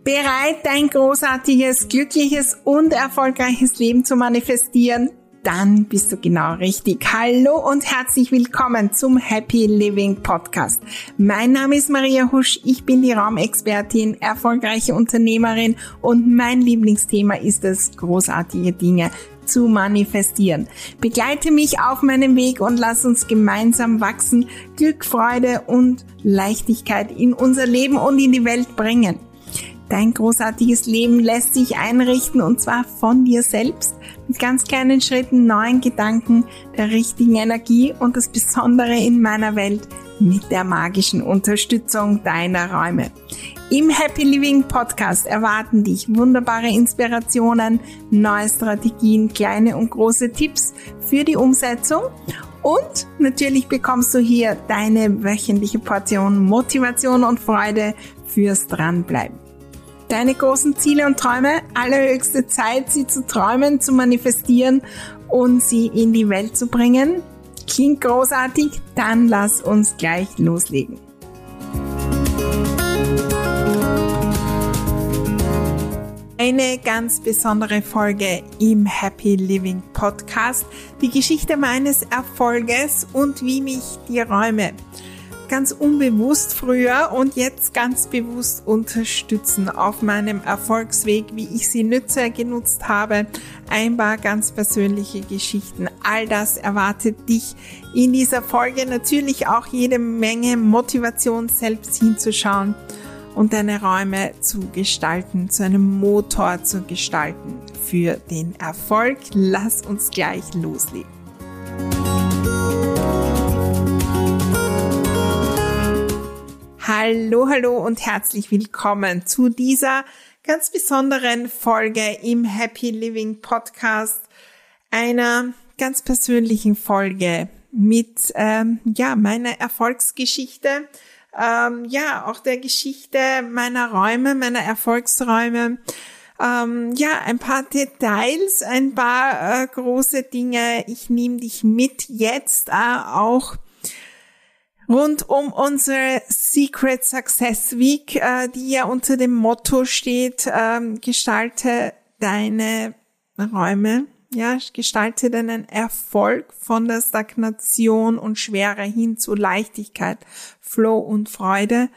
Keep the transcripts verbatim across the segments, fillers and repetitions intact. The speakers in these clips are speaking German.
Bereit, dein großartiges, glückliches und erfolgreiches Leben zu manifestieren? Dann bist du genau richtig. Hallo und herzlich willkommen zum Happy Living Podcast. Mein Name ist Maria Husch, ich bin die Raumexpertin, erfolgreiche Unternehmerin und mein Lieblingsthema ist es, großartige Dinge zu manifestieren. Begleite mich auf meinem Weg und lass uns gemeinsam wachsen, Glück, Freude und Leichtigkeit in unser Leben und in die Welt bringen. Dein großartiges Leben lässt sich einrichten und zwar von dir selbst mit ganz kleinen Schritten, neuen Gedanken, der richtigen Energie und das Besondere in meiner Welt mit der magischen Unterstützung deiner Räume. Im Happy Living Podcast erwarten dich wunderbare Inspirationen, neue Strategien, kleine und große Tipps für die Umsetzung und natürlich bekommst du hier deine wöchentliche Portion Motivation und Freude fürs Dranbleiben. Deine großen Ziele und Träume, allerhöchste Zeit, sie zu träumen, zu manifestieren und sie in die Welt zu bringen. Klingt großartig? Dann lass uns gleich loslegen. Eine ganz besondere Folge im Happy Living Podcast. Die Geschichte meines Erfolges und wie mich die Räume ganz unbewusst früher und jetzt ganz bewusst unterstützen auf meinem Erfolgsweg, wie ich sie nütze, genutzt habe. Ein paar ganz persönliche Geschichten. All das erwartet dich in dieser Folge. Natürlich auch jede Menge Motivation, selbst hinzuschauen und deine Räume zu gestalten, zu einem Motor zu gestalten für den Erfolg. Lass uns gleich loslegen. Hallo, hallo und herzlich willkommen zu dieser ganz besonderen Folge im Happy Living Podcast, einer ganz persönlichen Folge mit ähm, ja meiner Erfolgsgeschichte, ähm, ja auch der Geschichte meiner Räume, meiner Erfolgsräume, ähm, ja ein paar Details, ein paar äh, große Dinge. Ich nehme dich mit jetzt äh, auch rund um unsere Secret Success Week, äh, die ja unter dem Motto steht, ähm, gestalte deine Räume, ja, gestalte deinen Erfolg von der Stagnation und Schwere hin zu Leichtigkeit, Flow und Freude.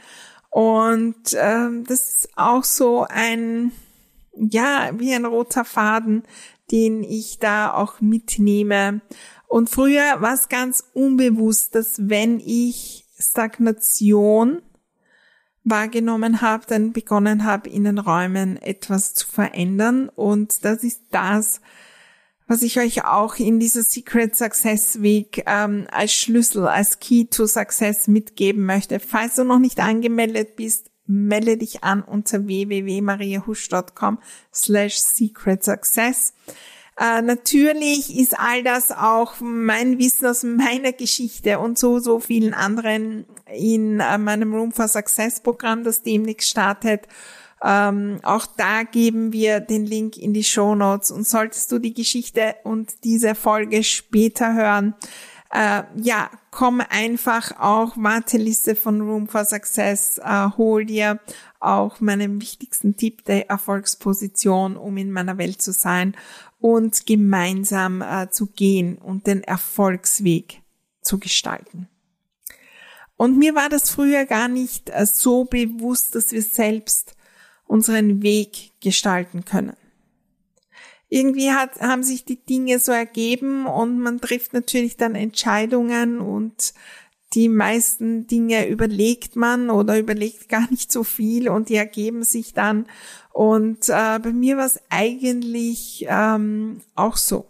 Und ähm, das ist auch so ein, ja, wie ein roter Faden, den ich da auch mitnehme. Und früher war es ganz unbewusst, dass wenn ich Stagnation wahrgenommen habe, dann begonnen habe, in den Räumen etwas zu verändern. Und das ist das, was ich euch auch in dieser Secret Success Week ähm, als Schlüssel, als Key to Success mitgeben möchte. Falls du noch nicht angemeldet bist, melde dich an unter w w w punkt mariahusch punkt com slash secret success. Äh, natürlich ist all das auch mein Wissen aus meiner Geschichte und so, so vielen anderen in äh, meinem Room for Success Programm, das demnächst startet. Ähm, auch da geben wir den Link in die Shownotes und solltest du die Geschichte und diese Folge später hören, äh, ja, komm einfach auch Warteliste von Room for Success, äh, hol dir auch meinen wichtigsten Tipp der Erfolgsposition, um in meiner Welt zu sein und gemeinsam äh, zu gehen und den Erfolgsweg zu gestalten. Und mir war das früher gar nicht äh, so bewusst, dass wir selbst unseren Weg gestalten können. Irgendwie hat, haben sich die Dinge so ergeben und man trifft natürlich dann Entscheidungen und die meisten Dinge überlegt man oder überlegt gar nicht so viel und die ergeben sich dann. Und äh, bei mir war es eigentlich ähm, auch so.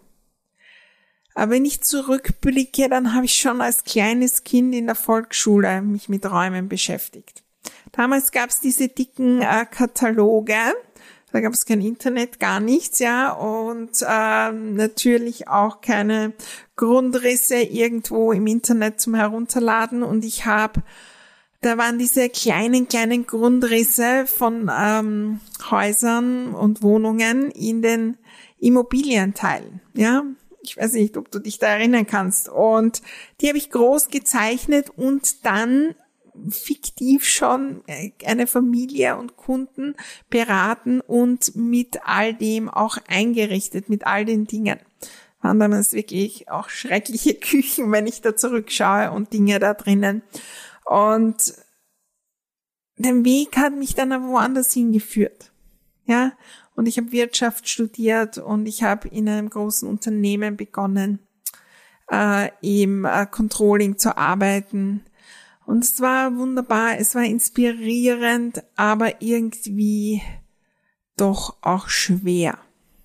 Aber wenn ich zurückblicke, dann habe ich schon als kleines Kind in der Volksschule mich mit Räumen beschäftigt. Damals gab es diese dicken äh, Kataloge, da gab es kein Internet, gar nichts, ja, und ähm, natürlich auch keine Grundrisse irgendwo im Internet zum Herunterladen. Und ich habe, da waren diese kleinen, kleinen Grundrisse von ähm, Häusern und Wohnungen in den Immobilienteilen, ja. Ich weiß nicht, ob du dich da erinnern kannst. Und die habe ich groß gezeichnet und dann fiktiv schon eine Familie und Kunden beraten und mit all dem auch eingerichtet, mit all den Dingen. Waren damals wirklich auch schreckliche Küchen, wenn ich da zurückschaue und Dinge da drinnen. Und der Weg hat mich dann aber woanders hingeführt. Ja, und ich habe Wirtschaft studiert und ich habe in einem großen Unternehmen begonnen, äh, im äh, Controlling zu arbeiten. Und es war wunderbar, es war inspirierend, aber irgendwie doch auch schwer.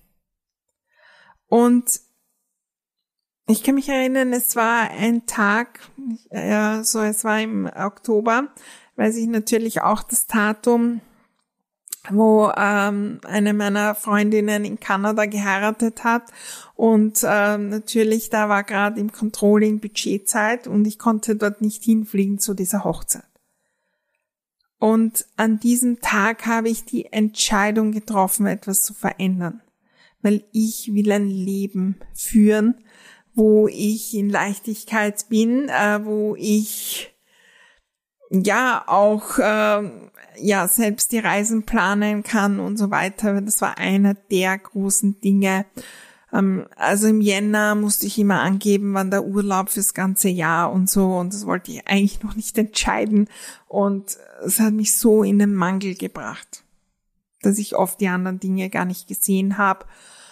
Und ich kann mich erinnern, es war ein Tag, ja, so es war im Oktober, weiß ich natürlich auch das Datum, wo ähm, eine meiner Freundinnen in Kanada geheiratet hat und ähm, natürlich, da war gerade im Controlling Budgetzeit und ich konnte dort nicht hinfliegen zu dieser Hochzeit. Und an diesem Tag habe ich die Entscheidung getroffen, etwas zu verändern, weil ich will ein Leben führen, wo ich in Leichtigkeit bin, äh, wo ich ja auch äh, ja selbst die Reisen planen kann und so weiter. Das war einer der großen Dinge. Ähm, also im Jänner musste ich immer angeben, wann der Urlaub fürs ganze Jahr und so, und das wollte ich eigentlich noch nicht entscheiden, und es hat mich so in den Mangel gebracht, dass ich oft die anderen Dinge gar nicht gesehen habe,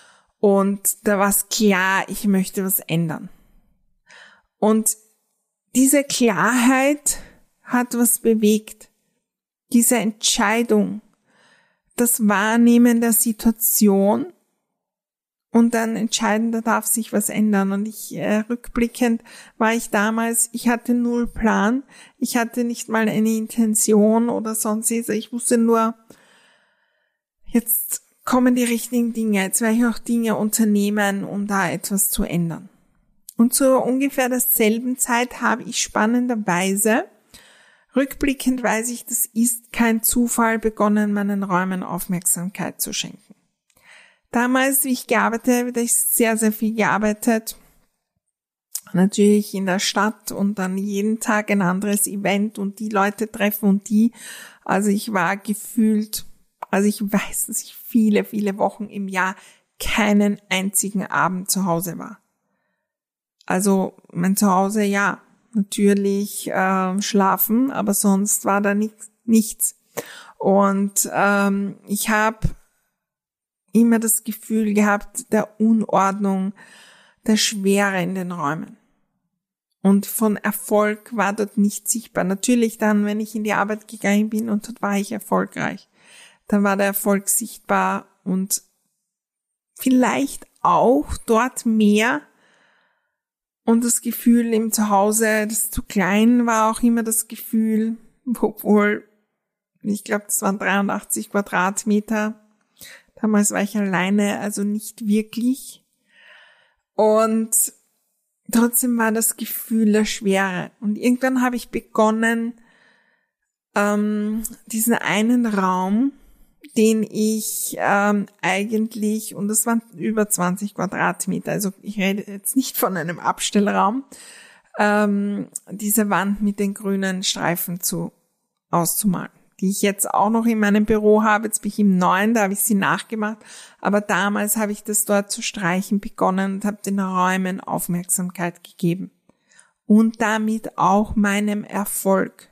und da war es klar, ich möchte was ändern. Und diese Klarheit hat was bewegt. Diese Entscheidung, das Wahrnehmen der Situation und dann entscheiden, da darf sich was ändern. Und ich, äh, rückblickend war ich damals, ich hatte null Plan, ich hatte nicht mal eine Intention oder sonstiges. Ich wusste nur, jetzt kommen die richtigen Dinge, jetzt werde ich auch Dinge unternehmen, um da etwas zu ändern. Und zu ungefähr derselben Zeit habe ich spannenderweise, rückblickend weiß ich, das ist kein Zufall, begonnen, meinen Räumen Aufmerksamkeit zu schenken. Damals, wie ich gearbeitet habe, habe ich sehr, sehr viel gearbeitet. Natürlich in der Stadt und dann jeden Tag ein anderes Event und die Leute treffen und die. Also ich war gefühlt, also ich weiß, dass ich viele, viele Wochen im Jahr keinen einzigen Abend zu Hause war. Also mein Zuhause, ja, natürlich äh, schlafen, aber sonst war da nichts. nichts. Und ähm, ich habe immer das Gefühl gehabt der Unordnung, der Schwere in den Räumen. Und von Erfolg war dort nicht sichtbar. Natürlich dann, wenn ich in die Arbeit gegangen bin und dort war ich erfolgreich, dann war der Erfolg sichtbar und vielleicht auch dort mehr. Und das Gefühl im Zuhause, das zu klein war auch immer das Gefühl, obwohl, ich glaube, das waren dreiundachtzig Quadratmeter. Damals war ich alleine, also nicht wirklich. Und trotzdem war das Gefühl der Schwere. Und irgendwann habe ich begonnen, ähm, diesen einen Raum, den ich ähm, eigentlich, und das waren über zwanzig Quadratmeter, also ich rede jetzt nicht von einem Abstellraum, ähm, diese Wand mit den grünen Streifen zu auszumalen, die ich jetzt auch noch in meinem Büro habe. Jetzt bin ich im neuen, da habe ich sie nachgemacht, aber damals habe ich das dort zu streichen begonnen und habe den Räumen Aufmerksamkeit gegeben und damit auch meinem Erfolg.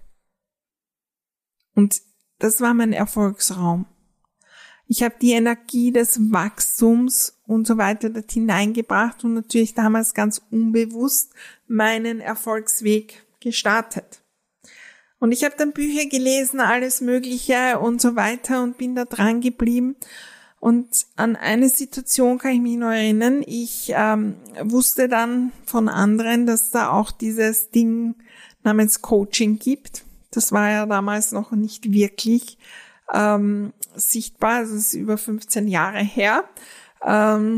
Und das war mein Erfolgsraum. Ich habe die Energie des Wachstums und so weiter dort hineingebracht und natürlich damals ganz unbewusst meinen Erfolgsweg gestartet. Und ich habe dann Bücher gelesen, alles Mögliche und so weiter und bin da dran geblieben. Und an eine Situation kann ich mich noch erinnern. Ich ähm, wusste dann von anderen, dass da auch dieses Ding namens Coaching gibt. Das war ja damals noch nicht wirklich ähm, sichtbar, also es ist über fünfzehn Jahre her, ähm,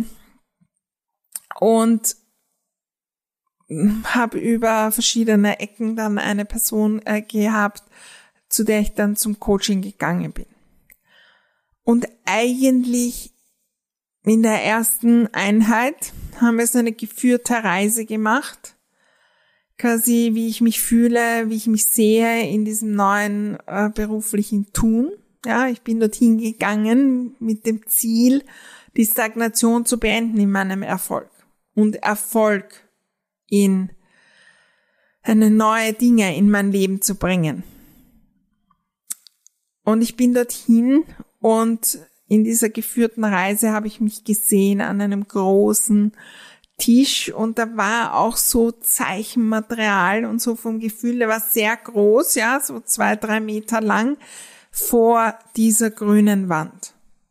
und habe über verschiedene Ecken dann eine Person äh, gehabt, zu der ich dann zum Coaching gegangen bin. Und eigentlich in der ersten Einheit haben wir so eine geführte Reise gemacht, quasi, wie ich mich fühle, wie ich mich sehe in diesem neuen äh, beruflichen Tun. Ja, ich bin dorthin gegangen mit dem Ziel, die Stagnation zu beenden in meinem Erfolg und Erfolg in eine neue Dinge in mein Leben zu bringen. Und ich bin dorthin und in dieser geführten Reise habe ich mich gesehen an einem großen Tisch und da war auch so Zeichenmaterial und so vom Gefühl, der war sehr groß, ja, so zwei, drei Meter lang vor dieser grünen Wand.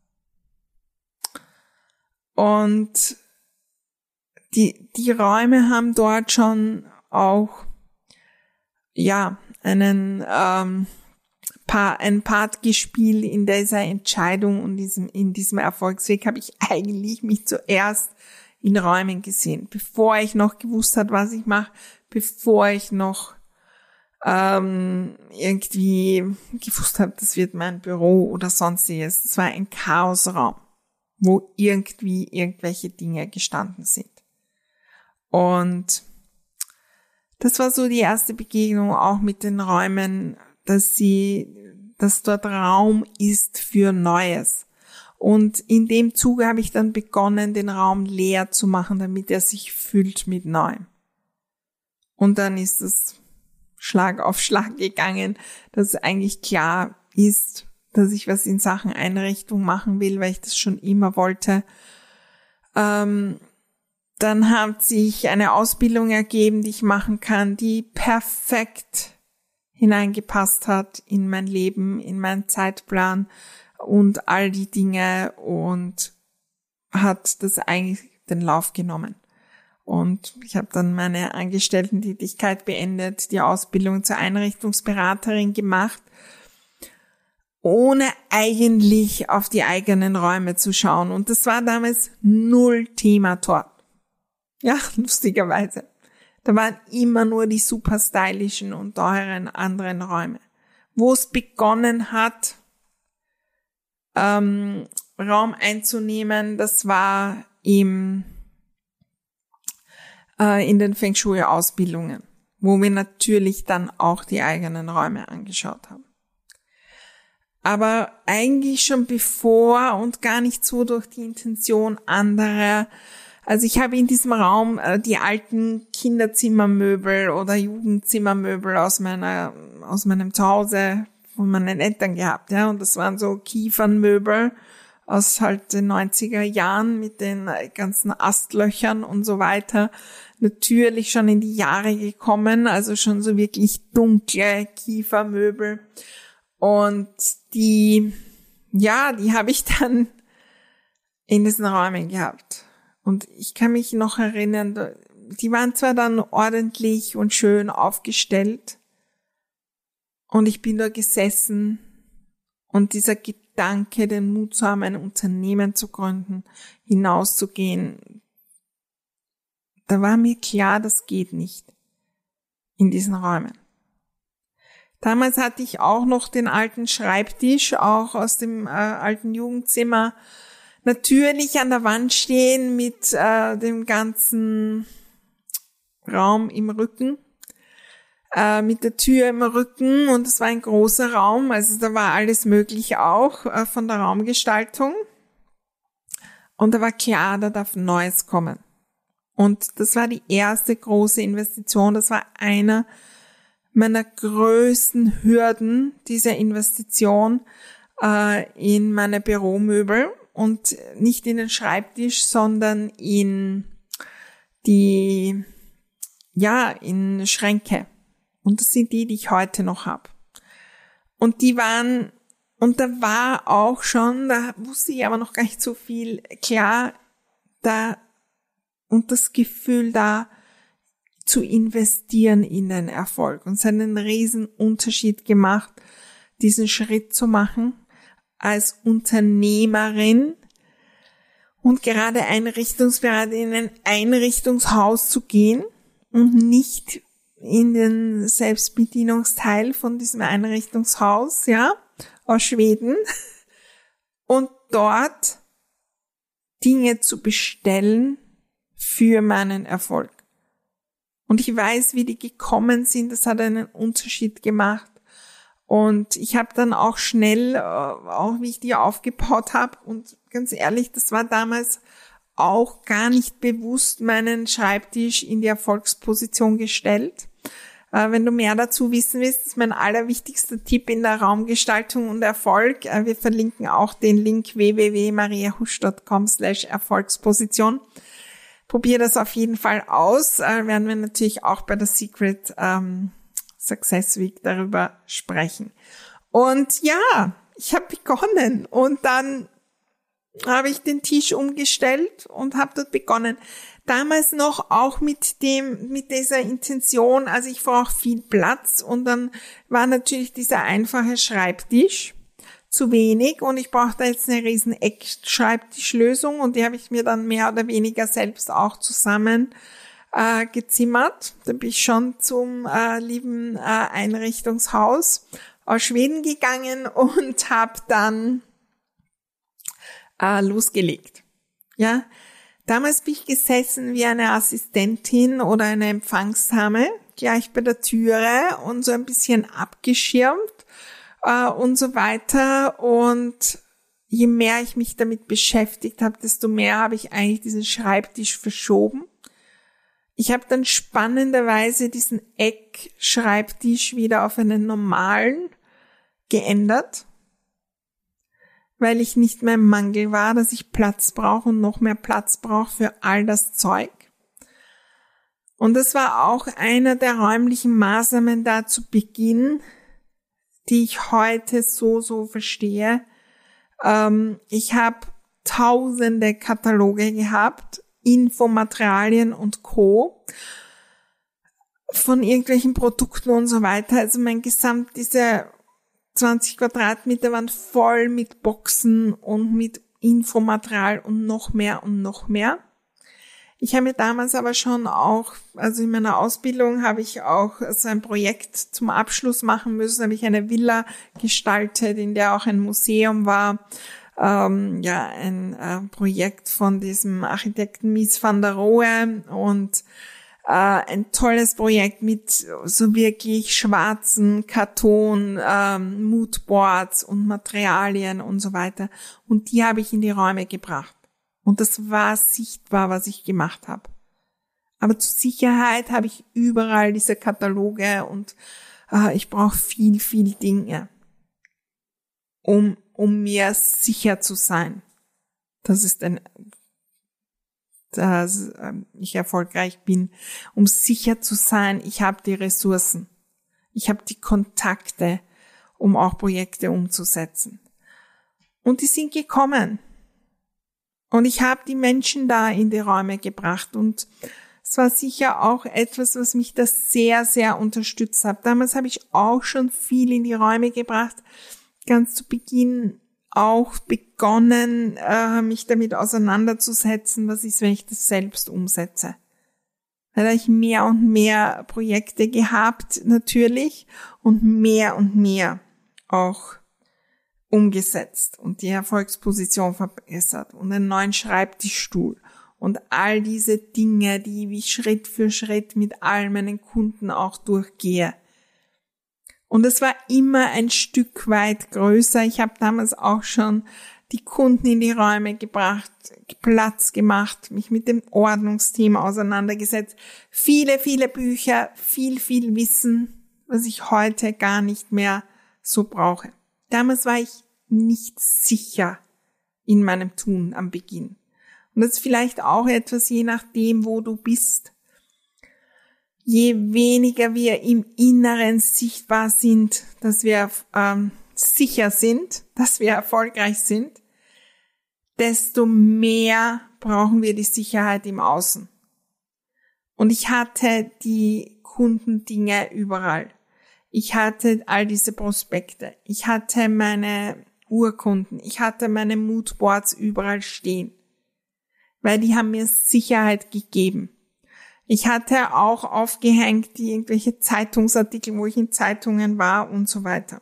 Und die, die Räume haben dort schon auch, ja, einen, ähm, Paar, ein Part gespielt in dieser Entscheidung und diesem, in diesem Erfolgsweg habe ich eigentlich mich zuerst in Räumen gesehen, bevor ich noch gewusst habe, was ich mache, bevor ich noch ähm, irgendwie gewusst habe, das wird mein Büro oder sonstiges. Es war ein Chaosraum, wo irgendwie irgendwelche Dinge gestanden sind. Und das war so die erste Begegnung auch mit den Räumen, dass sie, dass dort Raum ist für Neues. Und in dem Zuge habe ich dann begonnen, den Raum leer zu machen, damit er sich füllt mit Neuem. Und dann ist es Schlag auf Schlag gegangen, dass eigentlich klar ist, dass ich was in Sachen Einrichtung machen will, weil ich das schon immer wollte. Ähm, dann hat sich eine Ausbildung ergeben, die ich machen kann, die perfekt hineingepasst hat in mein Leben, in meinen Zeitplan und all die Dinge und hat das eigentlich den Lauf genommen. Und ich habe dann meine Angestellten-Tätigkeit beendet, die Ausbildung zur Einrichtungsberaterin gemacht, ohne eigentlich auf die eigenen Räume zu schauen. Und das war damals null Thema dort. Ja, lustigerweise. Da waren immer nur die super stylischen und teuren anderen Räume. Wo es begonnen hat, ähm, Raum einzunehmen, das war im, äh, in den Feng Shui-Ausbildungen, wo wir natürlich dann auch die eigenen Räume angeschaut haben. Aber eigentlich schon bevor und gar nicht so durch die Intention anderer. Also ich habe in diesem Raum äh, die alten Kinderzimmermöbel oder Jugendzimmermöbel aus meiner aus meinem Zuhause von meinen Eltern gehabt, ja, und das waren so Kiefernmöbel aus halt den neunziger Jahren mit den ganzen Astlöchern und so weiter. Natürlich schon in die Jahre gekommen, also schon so wirklich dunkle Kiefermöbel. Und die, ja, die habe ich dann in diesen Räumen gehabt. Und ich kann mich noch erinnern, die waren zwar dann ordentlich und schön aufgestellt und ich bin da gesessen und dieser Gedanke, den Mut zu haben, ein Unternehmen zu gründen, hinauszugehen, da war mir klar, das geht nicht in diesen Räumen. Damals hatte ich auch noch den alten Schreibtisch, auch aus dem äh, alten Jugendzimmer, natürlich an der Wand stehen mit äh, dem ganzen Raum im Rücken, äh, mit der Tür im Rücken, und es war ein großer Raum, also da war alles möglich auch äh, von der Raumgestaltung. Und da war klar, da darf Neues kommen. Und das war die erste große Investition, das war einer meiner größten Hürden, diese Investition äh, in meine Büromöbel. Und nicht in den Schreibtisch, sondern in die, ja, in Schränke. Und das sind die, die ich heute noch habe. Und die waren, und da war auch schon, da wusste ich aber noch gar nicht so viel, klar, da, und das Gefühl da, zu investieren in den Erfolg. Und es hat einen riesen Unterschied gemacht, diesen Schritt zu machen, als Unternehmerin und gerade Einrichtungsberater in ein Einrichtungshaus zu gehen und nicht in den Selbstbedienungsteil von diesem Einrichtungshaus, ja, aus Schweden, und dort Dinge zu bestellen für meinen Erfolg. Und ich weiß, wie die gekommen sind. Das hat einen Unterschied gemacht. Und ich habe dann auch schnell, auch wie ich die aufgebaut habe, und ganz ehrlich, das war damals auch gar nicht bewusst, meinen Schreibtisch in die Erfolgsposition gestellt. Äh, wenn du mehr dazu wissen willst, das ist mein allerwichtigster Tipp in der Raumgestaltung und Erfolg. Äh, wir verlinken auch den Link w w w punkt maria husch punkt com slash Erfolgsposition. Probier das auf jeden Fall aus. Äh, werden wir natürlich auch bei der Secret ähm, Success Week darüber sprechen. Und ja, ich habe begonnen und dann habe ich den Tisch umgestellt und habe dort begonnen. Damals noch auch mit dem, mit dieser Intention, also ich brauche viel Platz, und dann war natürlich dieser einfache Schreibtisch zu wenig und ich brauchte jetzt eine riesen Eckschreibtischlösung, und die habe ich mir dann mehr oder weniger selbst auch zusammen äh, gezimmert. Da bin ich schon zum äh, lieben äh, Einrichtungshaus aus Schweden gegangen und habe dann äh, losgelegt. Ja, damals bin ich gesessen wie eine Assistentin oder eine Empfangsdame, gleich bei der Türe und so ein bisschen abgeschirmt äh, und so weiter. Und je mehr ich mich damit beschäftigt habe, desto mehr habe ich eigentlich diesen Schreibtisch verschoben. Ich habe dann spannenderweise diesen Eckschreibtisch wieder auf einen normalen geändert, weil ich nicht mehr im Mangel war, dass ich Platz brauche und noch mehr Platz brauche für all das Zeug. Und das war auch einer der räumlichen Maßnahmen da zu Beginn, die ich heute so, so verstehe. Ähm, ich habe tausende Kataloge gehabt, Infomaterialien und Co. von irgendwelchen Produkten und so weiter. Also mein Gesamt, diese zwanzig Quadratmeter waren voll mit Boxen und mit Infomaterial und noch mehr und noch mehr. Ich habe mir damals aber schon auch, also in meiner Ausbildung habe ich auch so ein Projekt zum Abschluss machen müssen, habe ich eine Villa gestaltet, in der auch ein Museum war. Ähm, ja, ein äh, Projekt von diesem Architekten Mies van der Rohe und äh, ein tolles Projekt mit so wirklich schwarzen Karton, ähm, Moodboards und Materialien und so weiter. Und die habe ich in die Räume gebracht. Und das war sichtbar, was ich gemacht habe. Aber zur Sicherheit habe ich überall diese Kataloge und äh, ich brauche viel, viel Dinge, um um mir sicher zu sein, dass es denn, dass ich erfolgreich bin, um sicher zu sein, ich habe die Ressourcen, ich habe die Kontakte, um auch Projekte umzusetzen. Und die sind gekommen. Und ich habe die Menschen da in die Räume gebracht, und es war sicher auch etwas, was mich da sehr, sehr unterstützt hat. Damals habe ich auch schon viel in die Räume gebracht, ganz zu Beginn auch begonnen, äh, mich damit auseinanderzusetzen, was ist, wenn ich das selbst umsetze. Da habe ich mehr und mehr Projekte gehabt, natürlich, und mehr und mehr auch umgesetzt und die Erfolgsposition verbessert und einen neuen Schreibtischstuhl und all diese Dinge, die ich Schritt für Schritt mit all meinen Kunden auch durchgehe. Und es war immer ein Stück weit größer. Ich habe damals auch schon die Kunden in die Räume gebracht, Platz gemacht, mich mit dem Ordnungsteam auseinandergesetzt. Viele, viele Bücher, viel, viel Wissen, was ich heute gar nicht mehr so brauche. Damals war ich nicht sicher in meinem Tun am Beginn. Und das ist vielleicht auch etwas, je nachdem, wo du bist. Je weniger wir im Inneren sichtbar sind, dass wir ähm, sicher sind, dass wir erfolgreich sind, desto mehr brauchen wir die Sicherheit im Außen. Und ich hatte die Kundendinge überall. Ich hatte all diese Prospekte. Ich hatte meine Urkunden. Ich hatte meine Moodboards überall stehen. Weil die haben mir Sicherheit gegeben. Ich hatte auch aufgehängt die irgendwelche Zeitungsartikel, wo ich in Zeitungen war und so weiter.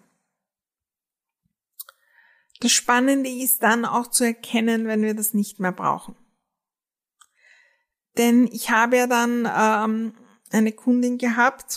Das Spannende ist dann auch zu erkennen, wenn wir das nicht mehr brauchen. Denn ich habe ja dann ähm, eine Kundin gehabt,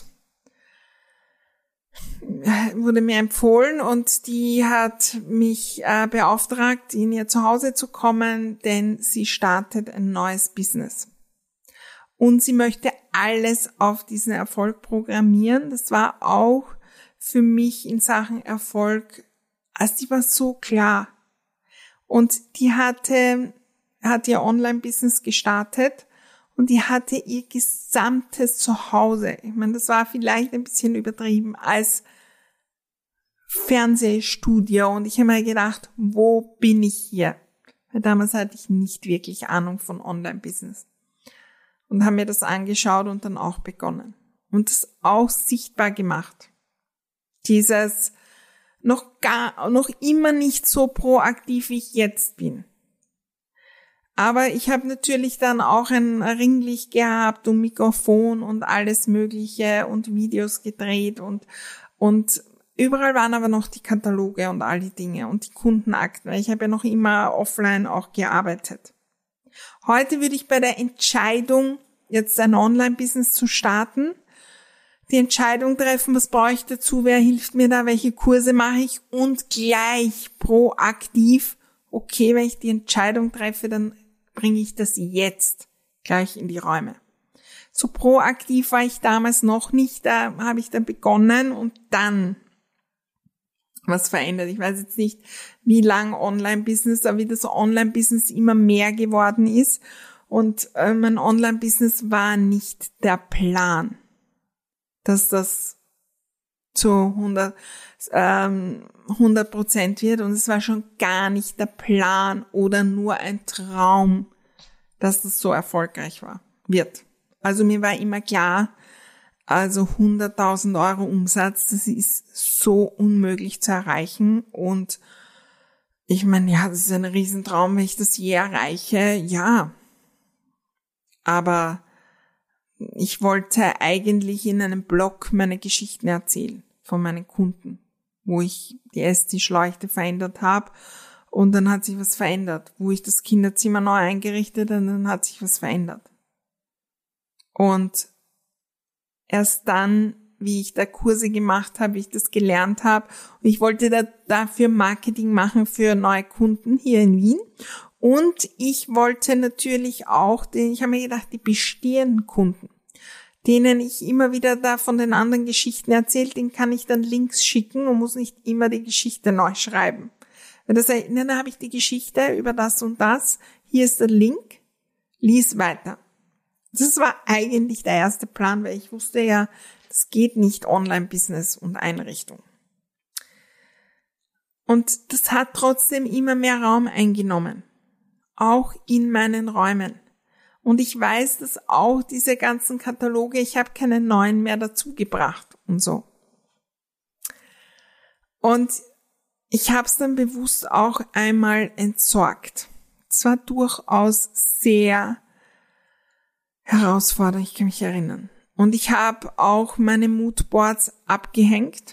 wurde mir empfohlen und die hat mich äh, beauftragt, in ihr Zuhause zu kommen, denn sie startet ein neues Business. Und sie möchte alles auf diesen Erfolg programmieren. Das war auch für mich in Sachen Erfolg, also die war so klar. Und die hatte, hat ihr Online-Business gestartet und die hatte ihr gesamtes Zuhause. Ich meine, das war vielleicht ein bisschen übertrieben als Fernsehstudio. Und ich habe mir gedacht, wo bin ich hier? Weil damals hatte ich nicht wirklich Ahnung von Online-Business. Und habe mir das angeschaut und dann auch begonnen. Und das auch sichtbar gemacht. Dieses noch gar, noch immer nicht so proaktiv, wie ich jetzt bin. Aber ich habe natürlich dann auch ein Ringlicht gehabt und Mikrofon und alles Mögliche und Videos gedreht und, und überall waren aber noch die Kataloge und all die Dinge und die Kundenakten, weil ich habe ja noch immer offline auch gearbeitet. Heute würde ich bei der Entscheidung, jetzt ein Online-Business zu starten, die Entscheidung treffen, was brauche ich dazu, wer hilft mir da, welche Kurse mache ich und gleich proaktiv, okay, wenn ich die Entscheidung treffe, dann bringe ich das jetzt gleich in die Räume. So proaktiv war ich damals noch nicht, da habe ich dann begonnen und dann was verändert. Ich weiß jetzt nicht, wie lang Online-Business, aber wie das Online-Business immer mehr geworden ist. Und äh, mein Online-Business war nicht der Plan, dass das zu hundert Prozent wird. Und es war schon gar nicht der Plan oder nur ein Traum, dass das so erfolgreich war, wird. Also mir war immer klar, also hunderttausend Euro Umsatz, das ist so unmöglich zu erreichen. Und ich meine, ja, das ist ein Riesentraum, wenn ich das je erreiche, ja. Aber ich wollte eigentlich in einem Blog meine Geschichten erzählen von meinen Kunden, wo ich die Esstischleuchte verändert habe und dann hat sich was verändert, wo ich das Kinderzimmer neu eingerichtet und dann hat sich was verändert. Und erst dann, wie ich da Kurse gemacht habe, wie ich das gelernt habe, und ich wollte da dafür Marketing machen für neue Kunden hier in Wien. Und ich wollte natürlich auch, den, ich habe mir gedacht, die bestehenden Kunden, denen ich immer wieder da von den anderen Geschichten erzähle, denen kann ich dann Links schicken und muss nicht immer die Geschichte neu schreiben. Wenn das heißt, dann habe ich die Geschichte über das und das, hier ist der Link, lies weiter. Das war eigentlich der erste Plan, weil ich wusste ja, das geht nicht Online-Business und Einrichtung. Und das hat trotzdem immer mehr Raum eingenommen. Auch in meinen Räumen. Und ich weiß, dass auch diese ganzen Kataloge, ich habe keine neuen mehr dazu gebracht und so. Und ich habe es dann bewusst auch einmal entsorgt. Es war durchaus sehr herausfordernd, ich kann mich erinnern. Und ich habe auch meine Moodboards abgehängt.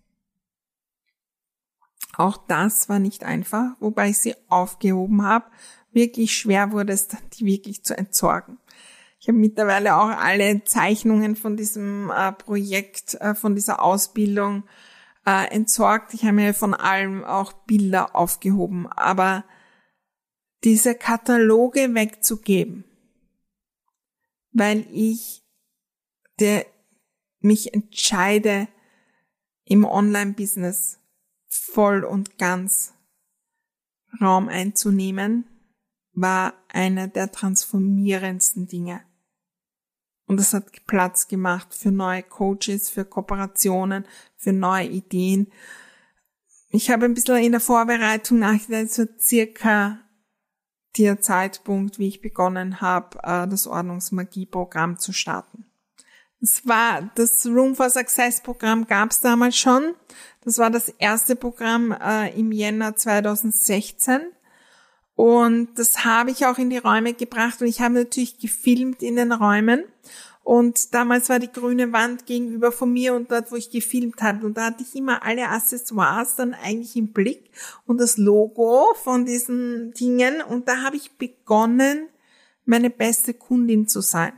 Auch das war nicht einfach, wobei ich sie aufgehoben habe. Wirklich schwer wurde es dann, die wirklich zu entsorgen. Ich habe mittlerweile auch alle Zeichnungen von diesem äh, Projekt, äh, von dieser Ausbildung äh, entsorgt. Ich habe mir von allem auch Bilder aufgehoben. Aber diese Kataloge wegzugeben, weil ich der, mich entscheide, im Online-Business voll und ganz Raum einzunehmen, war einer der transformierendsten Dinge. Und das hat Platz gemacht für neue Coaches, für Kooperationen, für neue Ideen. Ich habe ein bisschen in der Vorbereitung nachgedacht, so circa der Zeitpunkt, wie ich begonnen habe, das Ordnungsmagie-Programm zu starten. Das war, das Room for Success Programm gab es damals schon. Das war das erste Programm äh, im Jänner zweitausendsechzehn. Und das habe ich auch in die Räume gebracht und ich habe natürlich gefilmt in den Räumen. Und damals war die grüne Wand gegenüber von mir und dort, wo ich gefilmt habe. Und da hatte ich immer alle Accessoires dann eigentlich im Blick und das Logo von diesen Dingen. Und da habe ich begonnen, meine beste Kundin zu sein.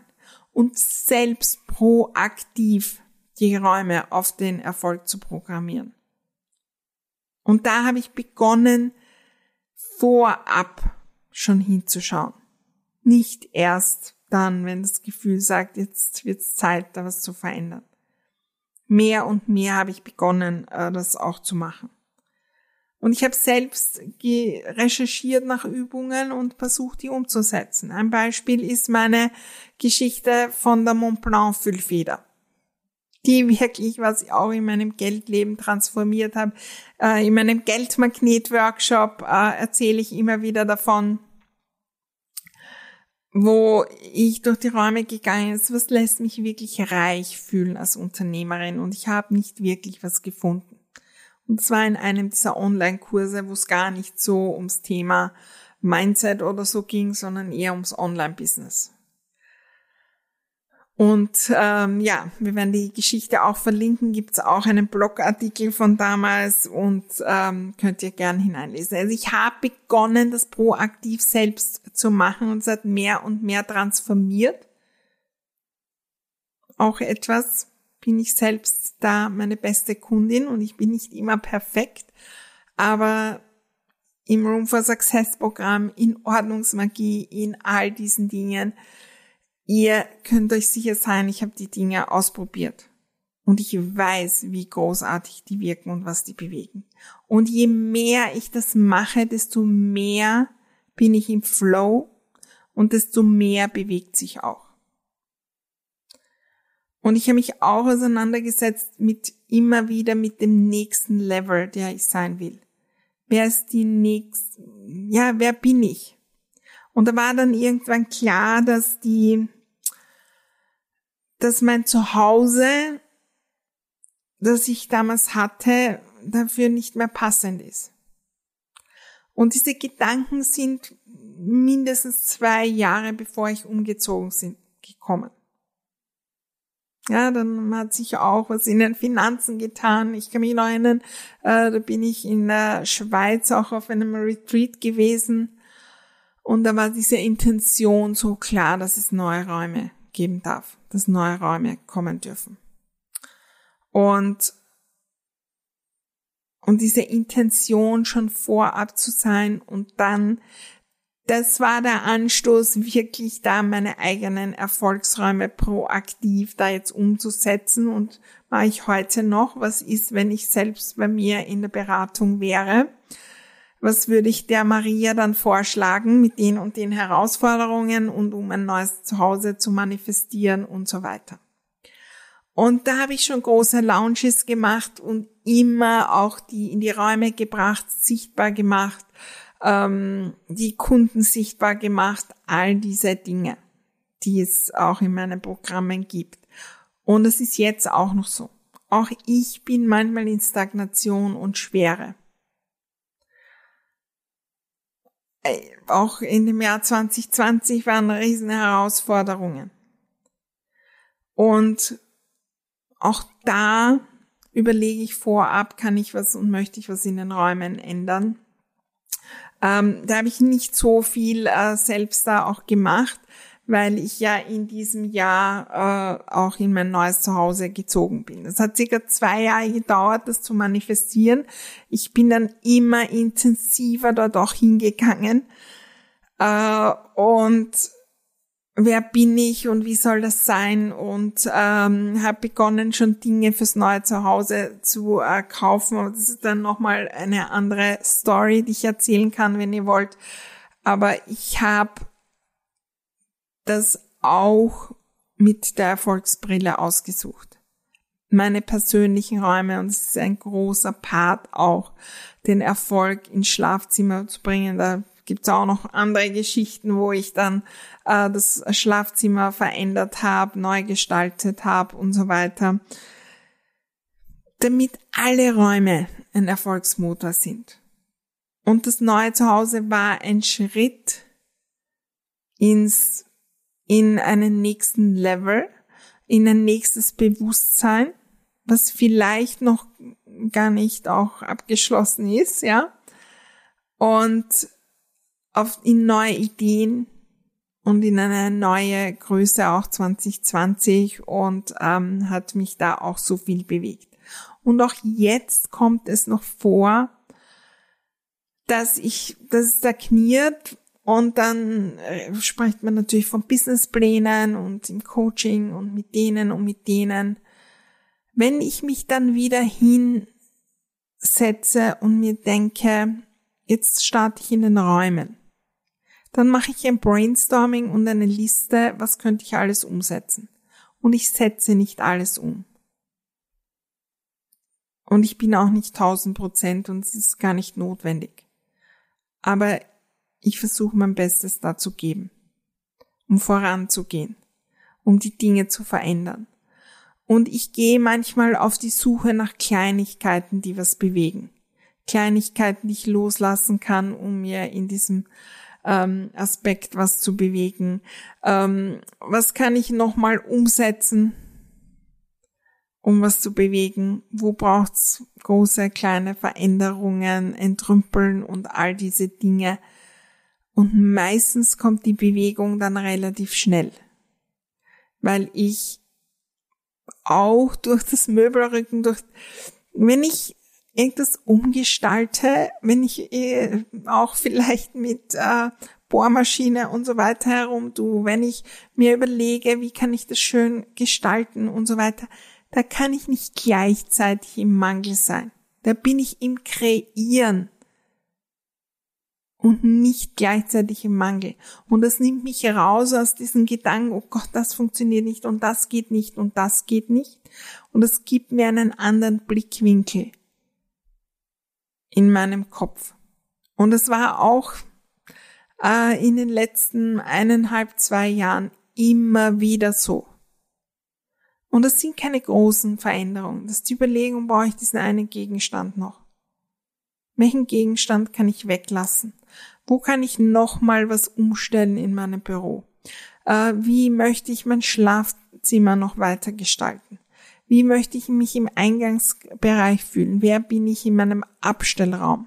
und selbst proaktiv die Räume auf den Erfolg zu programmieren. Und da habe ich begonnen, vorab schon hinzuschauen. Nicht erst dann, wenn das Gefühl sagt, jetzt wird es Zeit, da was zu verändern. Mehr und mehr habe ich begonnen, das auch zu machen. Und ich habe selbst recherchiert nach Übungen und versucht, die umzusetzen. Ein Beispiel ist meine Geschichte von der Mont Blanc Füllfeder, die wirklich, was ich auch in meinem Geldleben transformiert habe. In meinem Geldmagnet-Workshop erzähle ich immer wieder davon, wo ich durch die Räume gegangen ist, was lässt mich wirklich reich fühlen als Unternehmerin, und ich habe nicht wirklich was gefunden. Und zwar in einem dieser Online-Kurse, wo es gar nicht so ums Thema Mindset oder so ging, sondern eher ums Online-Business. Und ähm, ja, wir werden die Geschichte auch verlinken, gibt es auch einen Blogartikel von damals und ähm, könnt ihr gern hineinlesen. Also ich habe begonnen, das proaktiv selbst zu machen, und es hat mehr und mehr transformiert. Auch etwas, bin ich selbst da meine beste Kundin, und ich bin nicht immer perfekt, aber im Room for Success Programm, in Ordnungsmagie, in all diesen Dingen, ihr könnt euch sicher sein, ich habe die Dinge ausprobiert und ich weiß, wie großartig die wirken und was die bewegen. Und je mehr ich das mache, desto mehr bin ich im Flow und desto mehr bewegt sich auch. Und ich habe mich auch auseinandergesetzt mit immer wieder mit dem nächsten Level, der ich sein will. Wer ist die nächste, ja, wer bin ich? Und da war dann irgendwann klar, dass die, dass mein Zuhause, das ich damals hatte, dafür nicht mehr passend ist. Und diese Gedanken sind mindestens zwei Jahre, bevor ich umgezogen bin, gekommen. Ja, dann hat sich auch was in den Finanzen getan. Ich kann mich noch erinnern, äh, da bin ich in der Schweiz auch auf einem Retreat gewesen. Und da war diese Intention so klar, dass es neue Räume geben darf, dass neue Räume kommen dürfen. Und, und diese Intention schon vorab zu sein, und dann, das war der Anstoß, wirklich da meine eigenen Erfolgsräume proaktiv da jetzt umzusetzen. Und mache ich heute noch, was ist, wenn ich selbst bei mir in der Beratung wäre? Was würde ich der Maria dann vorschlagen mit den und den Herausforderungen und um ein neues Zuhause zu manifestieren und so weiter. Und da habe ich schon große Launches gemacht und immer auch die in die Räume gebracht, sichtbar gemacht, ähm, die Kunden sichtbar gemacht, all diese Dinge, die es auch in meinen Programmen gibt. Und es ist jetzt auch noch so. Auch ich bin manchmal in Stagnation und Schwere. Auch in dem Jahr zwanzig zwanzig waren riesen Herausforderungen. Und auch da überlege ich vorab, kann ich was und möchte ich was in den Räumen ändern. Ähm, da habe ich nicht so viel äh, selbst da auch gemacht, weil ich ja in diesem Jahr äh, auch in mein neues Zuhause gezogen bin. Es hat circa zwei Jahre gedauert, das zu manifestieren. Ich bin dann immer intensiver dort auch hingegangen. Äh, und wer bin ich und wie soll das sein? Und ähm, habe begonnen, schon Dinge fürs neue Zuhause zu äh, kaufen. Und das ist dann nochmal eine andere Story, die ich erzählen kann, wenn ihr wollt. Aber ich habe das auch mit der Erfolgsbrille ausgesucht. Meine persönlichen Räume, und es ist ein großer Part auch, den Erfolg ins Schlafzimmer zu bringen. Da gibt's auch noch andere Geschichten, wo ich dann äh, das Schlafzimmer verändert habe, neu gestaltet habe und so weiter. Damit alle Räume ein Erfolgsmotor sind. Und das neue Zuhause war ein Schritt ins in einen nächsten Level, in ein nächstes Bewusstsein, was vielleicht noch gar nicht auch abgeschlossen ist, ja. Und auf, in neue Ideen, und in eine neue Größe auch zwanzig zwanzig und ähm, hat mich da auch so viel bewegt. Und auch jetzt kommt es noch vor, dass ich, dass es da kniert und dann äh, spricht man natürlich von Businessplänen und im Coaching und mit denen und mit denen. Wenn ich mich dann wieder hinsetze und mir denke, jetzt starte ich in den Räumen, dann mache ich ein Brainstorming und eine Liste, was könnte ich alles umsetzen. Und ich setze nicht alles um. Und ich bin auch nicht tausend Prozent und es ist gar nicht notwendig. Aber ich versuche mein Bestes da zu geben, um voranzugehen, um die Dinge zu verändern. Und ich gehe manchmal auf die Suche nach Kleinigkeiten, die was bewegen. Kleinigkeiten, die ich loslassen kann, um mir in diesem ähm, Aspekt was zu bewegen. Ähm, was kann ich nochmal umsetzen, um was zu bewegen? Wo braucht's große, kleine Veränderungen, Entrümpeln und all diese Dinge? Und meistens kommt die Bewegung dann relativ schnell, weil ich auch durch das Möbelrücken, durch, wenn ich irgendwas umgestalte, wenn ich äh, auch vielleicht mit äh, Bohrmaschine und so weiter herum tue, wenn ich mir überlege, wie kann ich das schön gestalten und so weiter, da kann ich nicht gleichzeitig im Mangel sein. Da bin ich im Kreieren und nicht gleichzeitig im Mangel. Und das nimmt mich raus aus diesen Gedanken, oh Gott, das funktioniert nicht und das geht nicht und das geht nicht. Und es gibt mir einen anderen Blickwinkel in meinem Kopf. Und es war auch äh, in den letzten eineinhalb, zwei Jahren immer wieder so. Und das sind keine großen Veränderungen. Das ist die Überlegung, brauche ich diesen einen Gegenstand noch? Welchen Gegenstand kann ich weglassen? Wo kann ich nochmal was umstellen in meinem Büro? Äh, wie möchte ich mein Schlafzimmer noch weiter gestalten? Wie möchte ich mich im Eingangsbereich fühlen? Wer bin ich in meinem Abstellraum?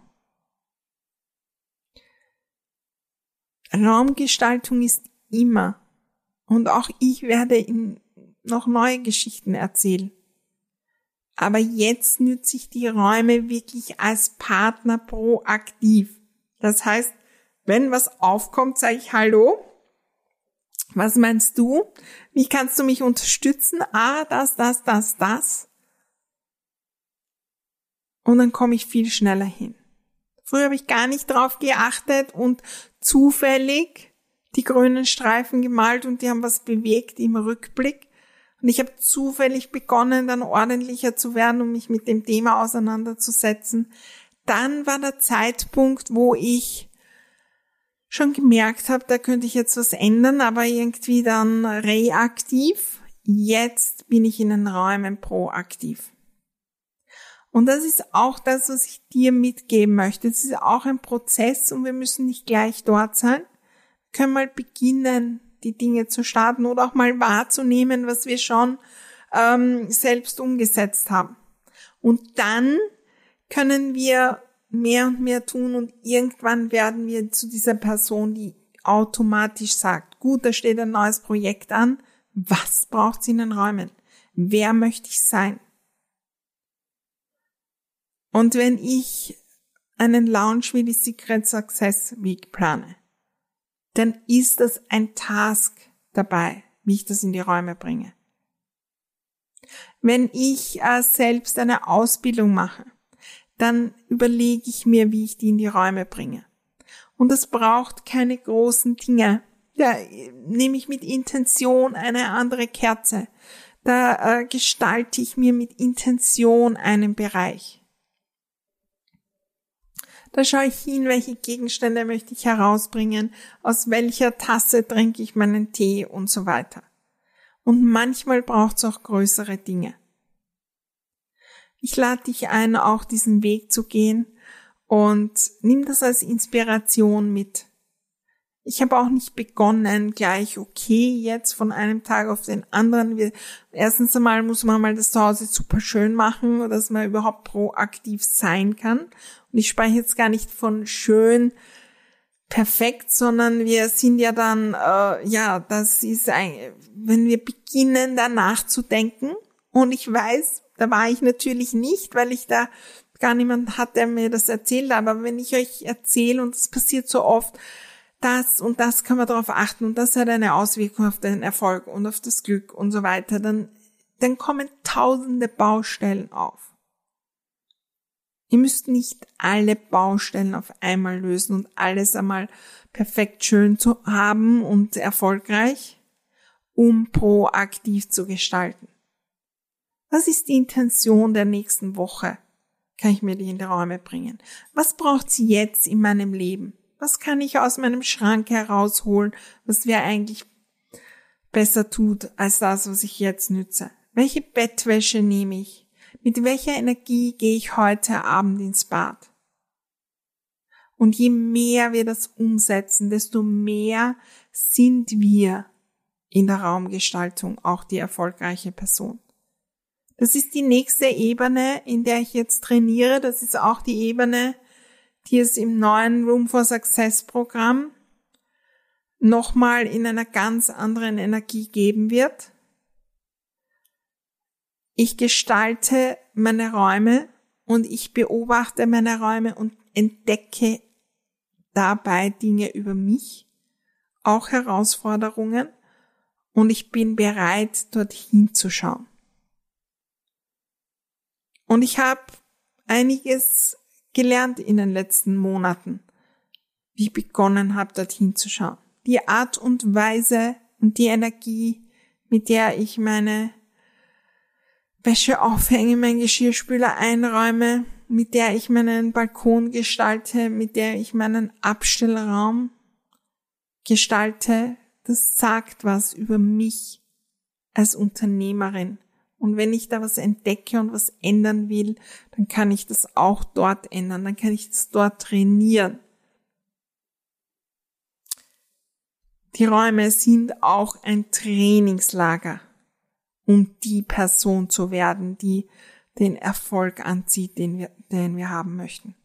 Raumgestaltung ist immer. Und auch ich werde in noch neue Geschichten erzählen. Aber jetzt nütze ich die Räume wirklich als Partner proaktiv. Das heißt, wenn was aufkommt, sage ich Hallo. Was meinst du? Wie kannst du mich unterstützen? Ah, das, das, das, das. Und dann komme ich viel schneller hin. Früher habe ich gar nicht drauf geachtet und zufällig die grünen Streifen gemalt und die haben was bewegt im Rückblick. Und ich habe zufällig begonnen, dann ordentlicher zu werden, um mich mit dem Thema auseinanderzusetzen. Dann war der Zeitpunkt, wo ich schon gemerkt habe, da könnte ich jetzt was ändern, aber irgendwie dann reaktiv. Jetzt bin ich in den Räumen proaktiv. Und das ist auch das, was ich dir mitgeben möchte. Es ist auch ein Prozess und wir müssen nicht gleich dort sein. Wir können mal beginnen, die Dinge zu starten oder auch mal wahrzunehmen, was wir schon ähm, selbst umgesetzt haben. Und dann können wir mehr und mehr tun und irgendwann werden wir zu dieser Person, die automatisch sagt, gut, da steht ein neues Projekt an, was braucht sie in den Räumen? Wer möchte ich sein? Und wenn ich einen Launch wie die Secret Success Week plane, dann ist das ein Task dabei, wie ich das in die Räume bringe. Wenn ich äh, selbst eine Ausbildung mache, dann überlege ich mir, wie ich die in die Räume bringe. Und das braucht keine großen Dinge. Da nehme ich mit Intention eine andere Kerze. Da äh, gestalte ich mir mit Intention einen Bereich. Da schaue ich hin, welche Gegenstände möchte ich herausbringen, aus welcher Tasse trinke ich meinen Tee und so weiter. Und manchmal braucht es auch größere Dinge. Ich lade dich ein, auch diesen Weg zu gehen und nimm das als Inspiration mit. Ich habe auch nicht begonnen, gleich, okay, jetzt von einem Tag auf den anderen. Wir, erstens einmal muss man mal das Zuhause super schön machen, dass man überhaupt proaktiv sein kann. Und ich spreche jetzt gar nicht von schön perfekt, sondern wir sind ja dann, äh, ja, das ist ein, wenn wir beginnen, danach zu denken. Und ich weiß, da war ich natürlich nicht, weil ich da gar niemand hatte, der mir das erzählt hat. Aber wenn ich euch erzähle, und das passiert so oft, das und das kann man darauf achten und das hat eine Auswirkung auf den Erfolg und auf das Glück und so weiter, dann, dann kommen tausende Baustellen auf. Ihr müsst nicht alle Baustellen auf einmal lösen und alles einmal perfekt schön zu haben und erfolgreich, um proaktiv zu gestalten. Was ist die Intention der nächsten Woche? Kann ich mir die in die Räume bringen? Was braucht sie jetzt in meinem Leben? Was kann ich aus meinem Schrank herausholen, was mir eigentlich besser tut als das, was ich jetzt nütze? Welche Bettwäsche nehme ich? Mit welcher Energie gehe ich heute Abend ins Bad? Und je mehr wir das umsetzen, desto mehr sind wir in der Raumgestaltung auch die erfolgreiche Person. Das ist die nächste Ebene, in der ich jetzt trainiere. Das ist auch die Ebene, die es im neuen Room for Success Programm nochmal in einer ganz anderen Energie geben wird. Ich gestalte meine Räume und ich beobachte meine Räume und entdecke dabei Dinge über mich, auch Herausforderungen, und ich bin bereit, dorthin zu schauen. Und ich habe einiges gelernt in den letzten Monaten, wie ich begonnen habe, dorthin zu schauen. Die Art und Weise und die Energie, mit der ich meine Wäsche aufhänge, meinen Geschirrspüler einräume, mit der ich meinen Balkon gestalte, mit der ich meinen Abstellraum gestalte, das sagt was über mich als Unternehmerin. Und wenn ich da was entdecke und was ändern will, dann kann ich das auch dort ändern, dann kann ich das dort trainieren. Die Räume sind auch ein Trainingslager, um die Person zu werden, die den Erfolg anzieht, den wir, den wir haben möchten.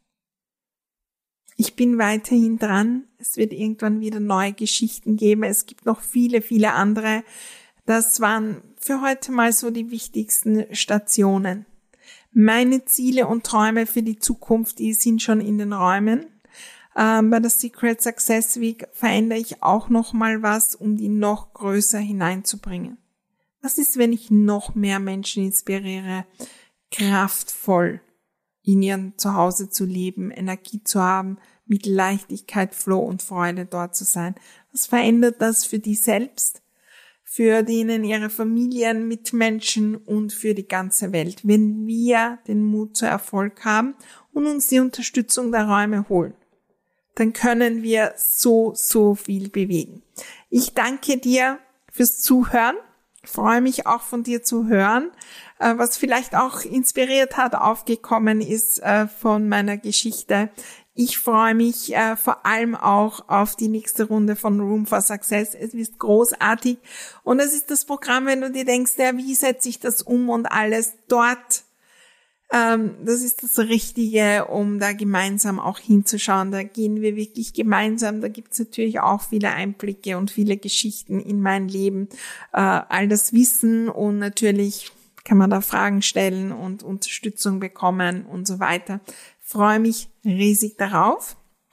Ich bin weiterhin dran. Es wird irgendwann wieder neue Geschichten geben. Es gibt noch viele, viele andere. Das waren für heute mal so die wichtigsten Stationen. Meine Ziele und Träume für die Zukunft, die sind schon in den Räumen. Ähm, bei der Secret Success Week verändere ich auch noch mal was, um die noch größer hineinzubringen. Was ist, wenn ich noch mehr Menschen inspiriere, kraftvoll in ihrem Zuhause zu leben, Energie zu haben, mit Leichtigkeit, Flow und Freude dort zu sein? Was verändert das für die selbst, für denen ihre Familien, Mitmenschen und für die ganze Welt, wenn wir den Mut zu Erfolg haben und uns die Unterstützung der Räume holen? Dann können wir so, so viel bewegen. Ich danke dir fürs Zuhören. Ich freue mich auch von dir zu hören, was vielleicht auch inspiriert hat, aufgekommen ist von meiner Geschichte. Ich freue mich äh, vor allem auch auf die nächste Runde von Room for Success. Es ist großartig. Und es ist das Programm, wenn du dir denkst, ja, wie setze ich das um und alles dort. Ähm, das ist das Richtige, um da gemeinsam auch hinzuschauen. Da gehen wir wirklich gemeinsam. Da gibt es natürlich auch viele Einblicke und viele Geschichten in mein Leben. Äh, all das Wissen, und natürlich kann man da Fragen stellen und Unterstützung bekommen und so weiter. Freue mich riesig darauf,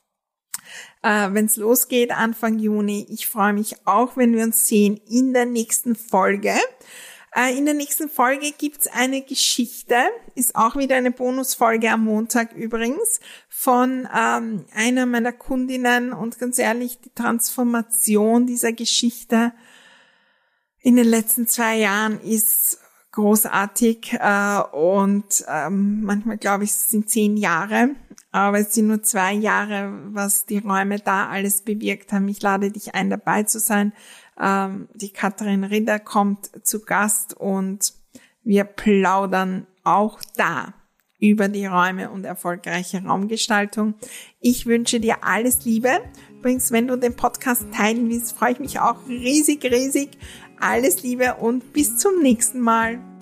äh, wenn es losgeht Anfang Juni. Ich freue mich auch, wenn wir uns sehen in der nächsten Folge. Äh, in der nächsten Folge gibt's eine Geschichte, ist auch wieder eine Bonusfolge am Montag übrigens, von ähm, einer meiner Kundinnen, und ganz ehrlich, die Transformation dieser Geschichte in den letzten zwei Jahren ist großartig, äh, und ähm, manchmal glaube ich, es sind zehn Jahre, aber es sind nur zwei Jahre, was die Räume da alles bewirkt haben. Ich lade dich ein, dabei zu sein. Ähm, die Katrin Ritter kommt zu Gast und wir plaudern auch da über die Räume und erfolgreiche Raumgestaltung. Ich wünsche dir alles Liebe. Übrigens, wenn du den Podcast teilen willst, freue ich mich auch riesig, riesig. Alles Liebe und bis zum nächsten Mal.